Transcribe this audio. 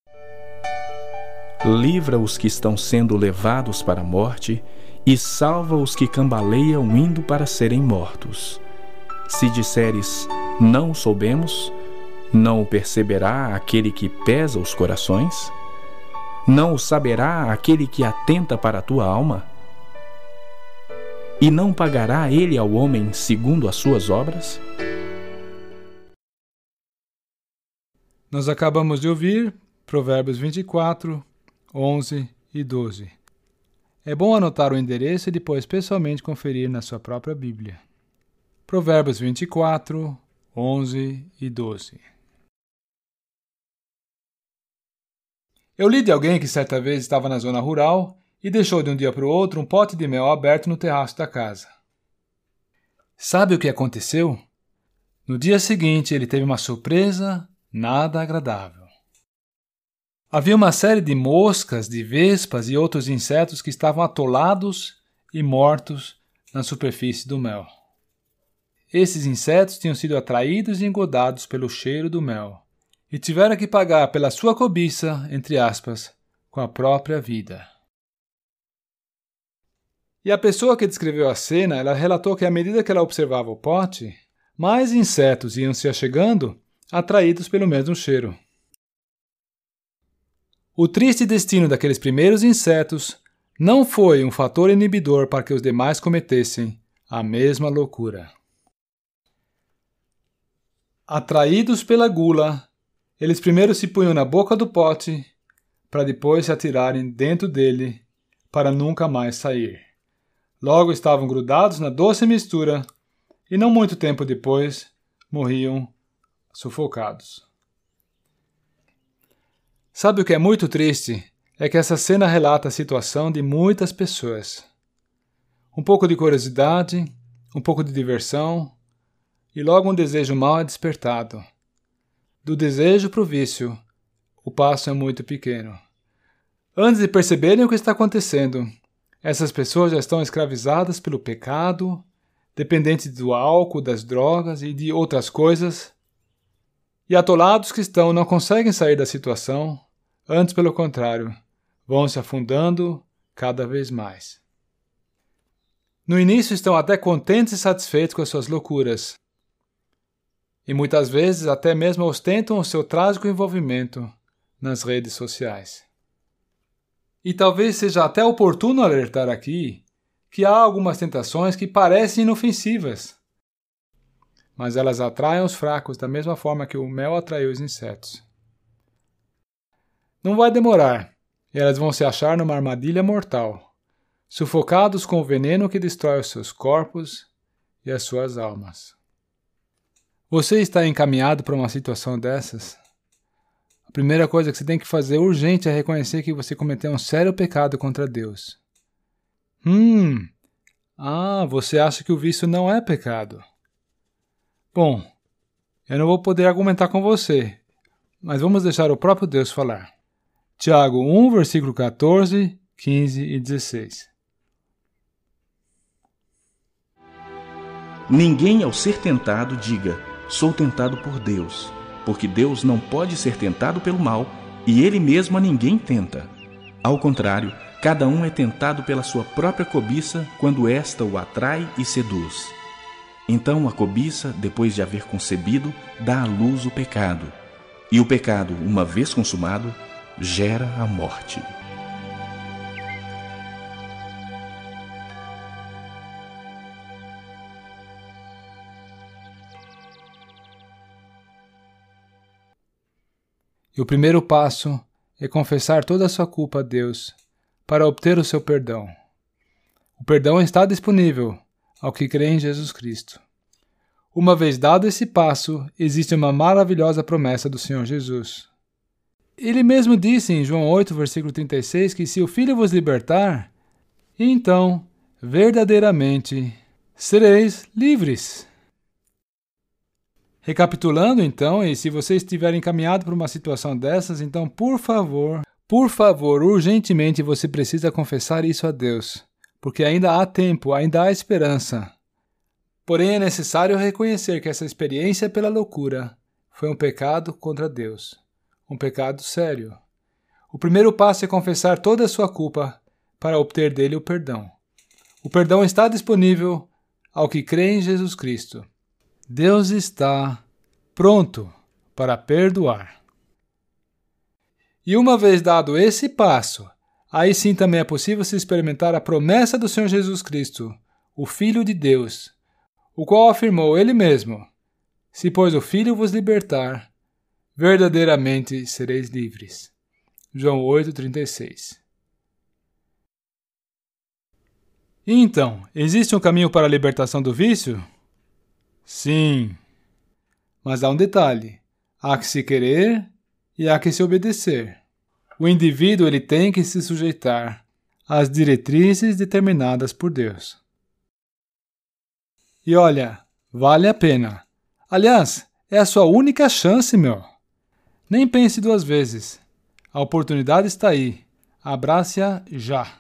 Livra os que estão sendo levados para a morte e salva os que cambaleiam indo para serem mortos. Se disseres, não o soubemos, não o perceberá aquele que pesa os corações? Não o saberá aquele que atenta para a tua alma? E não pagará ele ao homem segundo as suas obras? Nós acabamos de ouvir Provérbios 24, 11 e 12. É bom anotar o endereço e depois pessoalmente conferir na sua própria Bíblia. Provérbios 24, 11 e 12. Eu li de alguém que certa vez estava na zona rural e deixou de um dia para o outro um pote de mel aberto no terraço da casa. Sabe o que aconteceu? No dia seguinte ele teve uma surpresa nada agradável. Havia uma série de moscas, de vespas e outros insetos que estavam atolados e mortos na superfície do mel. Esses insetos tinham sido atraídos e engodados pelo cheiro do mel e tiveram que pagar pela sua cobiça, entre aspas, com a própria vida. E a pessoa que descreveu a cena, ela relatou que à medida que ela observava o pote, mais insetos iam se achegando, atraídos pelo mesmo cheiro. O triste destino daqueles primeiros insetos não foi um fator inibidor para que os demais cometessem a mesma loucura. Atraídos pela gula, eles primeiro se punham na boca do pote, para depois se atirarem dentro dele, para nunca mais sair. Logo estavam grudados na doce mistura e não muito tempo depois morriam sufocados. Sabe o que é muito triste? É que essa cena relata a situação de muitas pessoas. Um pouco de curiosidade, um pouco de diversão, e logo um desejo mau é despertado. Do desejo para o vício, o passo é muito pequeno. Antes de perceberem o que está acontecendo, essas pessoas já estão escravizadas pelo pecado, dependentes do álcool, das drogas e de outras coisas, e atolados que estão não conseguem sair da situação, antes pelo contrário, vão se afundando cada vez mais. No início estão até contentes e satisfeitos com as suas loucuras, e muitas vezes até mesmo ostentam o seu trágico envolvimento nas redes sociais. E talvez seja até oportuno alertar aqui que há algumas tentações que parecem inofensivas, mas elas atraem os fracos da mesma forma que o mel atraiu os insetos. Não vai demorar, e elas vão se achar numa armadilha mortal, sufocados com o veneno que destrói os seus corpos e as suas almas. Você está encaminhado para uma situação dessas? A primeira coisa que você tem que fazer urgente é reconhecer que você cometeu um sério pecado contra Deus. Você acha que o vício não é pecado? Bom, eu não vou poder argumentar com você, mas vamos deixar o próprio Deus falar. Tiago 1, versículo 14, 15 e 16. Ninguém ao ser tentado diga, sou tentado por Deus, porque Deus não pode ser tentado pelo mal, e Ele mesmo a ninguém tenta. Ao contrário, cada um é tentado pela sua própria cobiça, quando esta o atrai e seduz. Então a cobiça, depois de haver concebido, dá à luz o pecado. E o pecado, uma vez consumado, gera a morte. E o primeiro passo é confessar toda a sua culpa a Deus para obter o seu perdão. O perdão está disponível ao que crê em Jesus Cristo. Uma vez dado esse passo, existe uma maravilhosa promessa do Senhor Jesus. Ele mesmo disse em João 8, versículo 36, que se o Filho vos libertar, então, verdadeiramente, sereis livres. Recapitulando então, e se você estiver encaminhado por uma situação dessas, então por favor, urgentemente você precisa confessar isso a Deus, porque ainda há tempo, ainda há esperança. Porém é necessário reconhecer que essa experiência pela loucura foi um pecado contra Deus, um pecado sério, O primeiro passo é confessar toda a sua culpa para obter dele o perdão. O perdão está disponível ao que crê em Jesus Cristo. Deus está pronto para perdoar. E uma vez dado esse passo, aí sim também é possível se experimentar a promessa do Senhor Jesus Cristo, o Filho de Deus, o qual afirmou ele mesmo: se pois o Filho vos libertar, verdadeiramente sereis livres. João 8,36. E então, existe um caminho para a libertação do vício? Sim. Mas há um detalhe: há que se querer e há que se obedecer. O indivíduo ele tem que se sujeitar às diretrizes determinadas por Deus. E olha, vale a pena. Aliás, é a sua única chance, meu. Nem pense duas vezes. A oportunidade está aí. Abrace-a já.